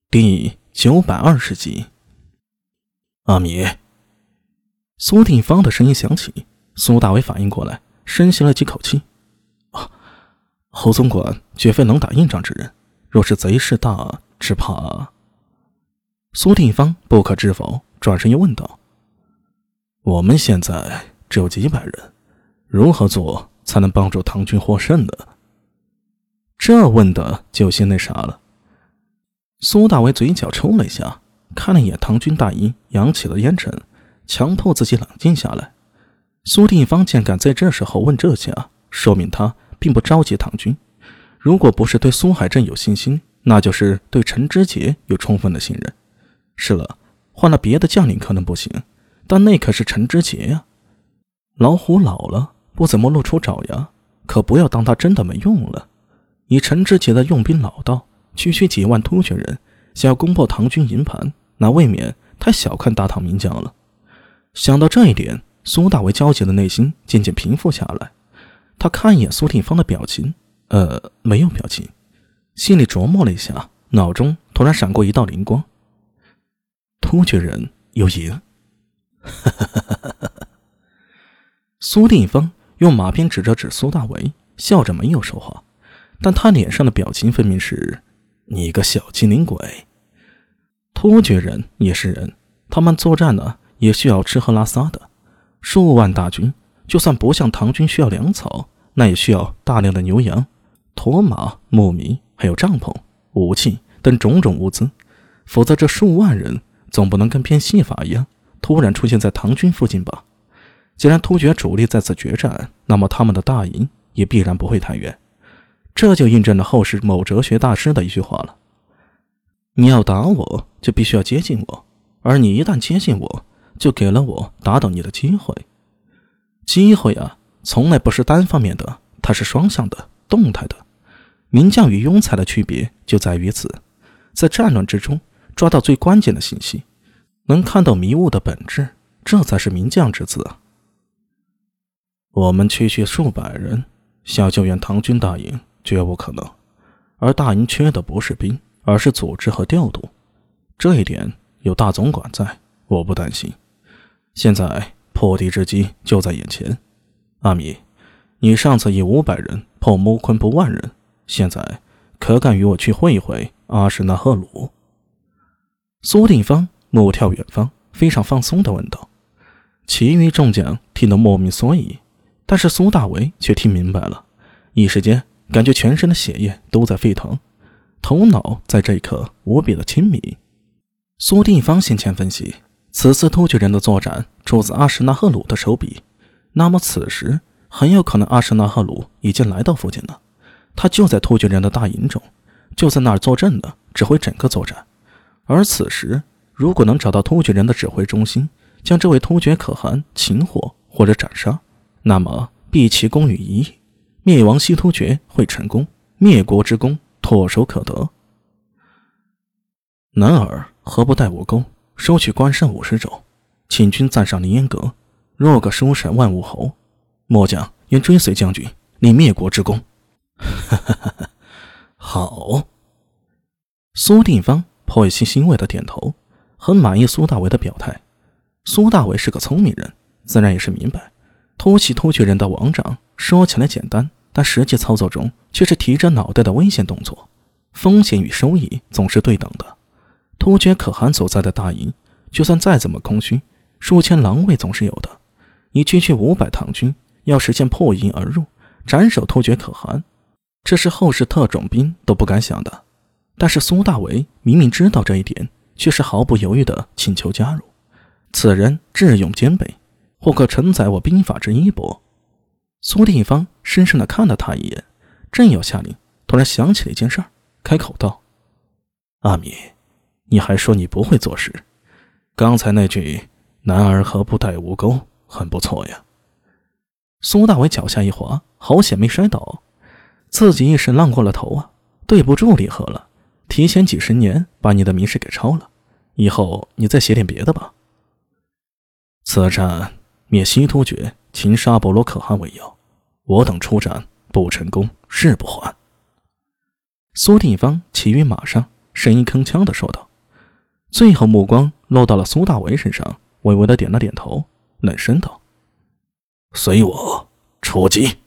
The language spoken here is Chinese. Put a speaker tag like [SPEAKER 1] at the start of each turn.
[SPEAKER 1] 第920集。阿米，苏定方的声音响起，苏大为反应过来，深吸了几口气。侯总管绝非能打硬仗之人，若是贼势大，只怕……苏定方不可置否，转身又问道：我们现在只有几百人，如何做才能帮助唐军获胜呢？这问的就有些那啥了。苏大为嘴角抽了一下，看了一眼唐军大营，扬起了烟尘，强迫自己冷静下来。苏定方竟敢在这时候问这些说明他并不着急唐军。如果不是对苏海镇有信心，那就是对陈知节有充分的信任。是了，换了别的将领可能不行，但那可是陈知节呀。老虎老了，不怎么露出爪牙，可不要当他真的没用了。以陈知节的用兵老道，区区几万突厥人想要攻破唐军营盘，那未免太小看大唐名将了。想到这一点，苏大为焦急的内心渐渐平复下来。他看一眼苏定方的表情，没有表情，心里琢磨了一下，脑中突然闪过一道灵光。突厥人有赢。苏定方用马鞭指苏大为，笑着没有说话，但他脸上的表情分明是你个小机灵鬼。突厥人也是人，他们作战也需要吃喝拉撒的。数万大军，就算不像唐军需要粮草，那也需要大量的牛羊、驼马、牧民，还有帐篷、武器等种种物资。否则这数万人总不能跟变戏法一样，突然出现在唐军附近吧？既然突厥主力在此决战，那么他们的大营也必然不会太远。这就印证了后世某哲学大师的一句话了：你要打我，就必须要接近我，而你一旦接近我，就给了我打倒你的机会。机会从来不是单方面的，它是双向的、动态的。名将与庸才的区别就在于此，在战乱之中抓到最关键的信息，能看到迷雾的本质，这才是名将之资啊。我们区区数百人想要救援唐军大营绝无可能，而大营缺的不是兵，而是组织和调度。这一点有大总管在，我不担心。现在破敌之机就在眼前。阿米，你上次以500人破木昆部10000人，现在可敢与我去会一会阿什纳赫鲁？苏定方目眺远方，非常放松地问道。其余众将听得莫名所以，但是苏大为却听明白了，一时间感觉全身的血液都在沸腾，头脑在这一刻无比的清明。苏定方先前分析，此次突厥人的作战出自阿什纳赫鲁的手笔，那么此时很有可能阿什纳赫鲁已经来到附近了，他就在突厥人的大营中，就在那儿坐镇呢，指挥整个作战。而此时如果能找到突厥人的指挥中心，将这位突厥可汗擒获或者斩杀，那么毕其功于一役，灭亡西突厥会成功，灭国之功唾手可得。男儿何不带我钩，收取官剩50州，请君赞赏凌烟阁，若个书审万物侯，末将愿追随将军，立灭国之功。好。苏定方颇有些欣慰的点头，很满意苏大为的表态。苏大为是个聪明人，自然也是明白，突袭突厥人的王长说起来简单，但实际操作中却是提着脑袋的危险动作，风险与收益总是对等的。突厥可汗所在的大营，就算再怎么空虚，数千狼卫总是有的。以区区500唐军要实现破营而入，斩首突厥可汗，这是后世特种兵都不敢想的。但是苏大为明明知道这一点，却是毫不犹豫地请求加入。此人智勇兼备，或可承载我兵法之衣钵。苏定方深深地看了他一眼，正要下令，突然想起了一件事，开口道：阿米，你还说你不会做事，刚才那句男儿何不带吴钩很不错呀。苏大为脚下一滑，好险没摔倒，自己一时浪过了头对不住李贺了，提前几十年把你的名士给抄了，以后你再写点别的吧。此战灭西突厥、擒杀伯罗可汗为要，我等出战不成功誓不还。苏定方骑于马上， 声音铿锵地说道，最后目光落到了苏大为身上，微微地点了点头，冷声道：“随我出击。”